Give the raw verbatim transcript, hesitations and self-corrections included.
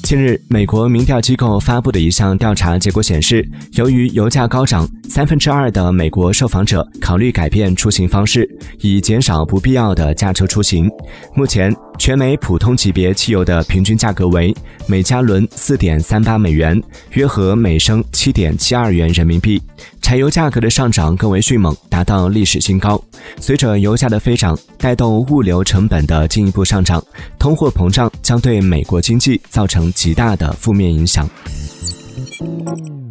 近日，美国民调机构发布的一项调查结果显示，由于油价高涨，三分之二的美国受访者考虑改变出行方式，以减少不必要的驾车出行。目前，全美普通级别汽油的平均价格为每加仑 四点三八美元，约合每升 七点七二元人民币。柴油价格的上涨更为迅猛，达到历史新高。随着油价的飞涨，带动物流成本的进一步上涨，通货膨胀将对美国经济造成极大的负面影响。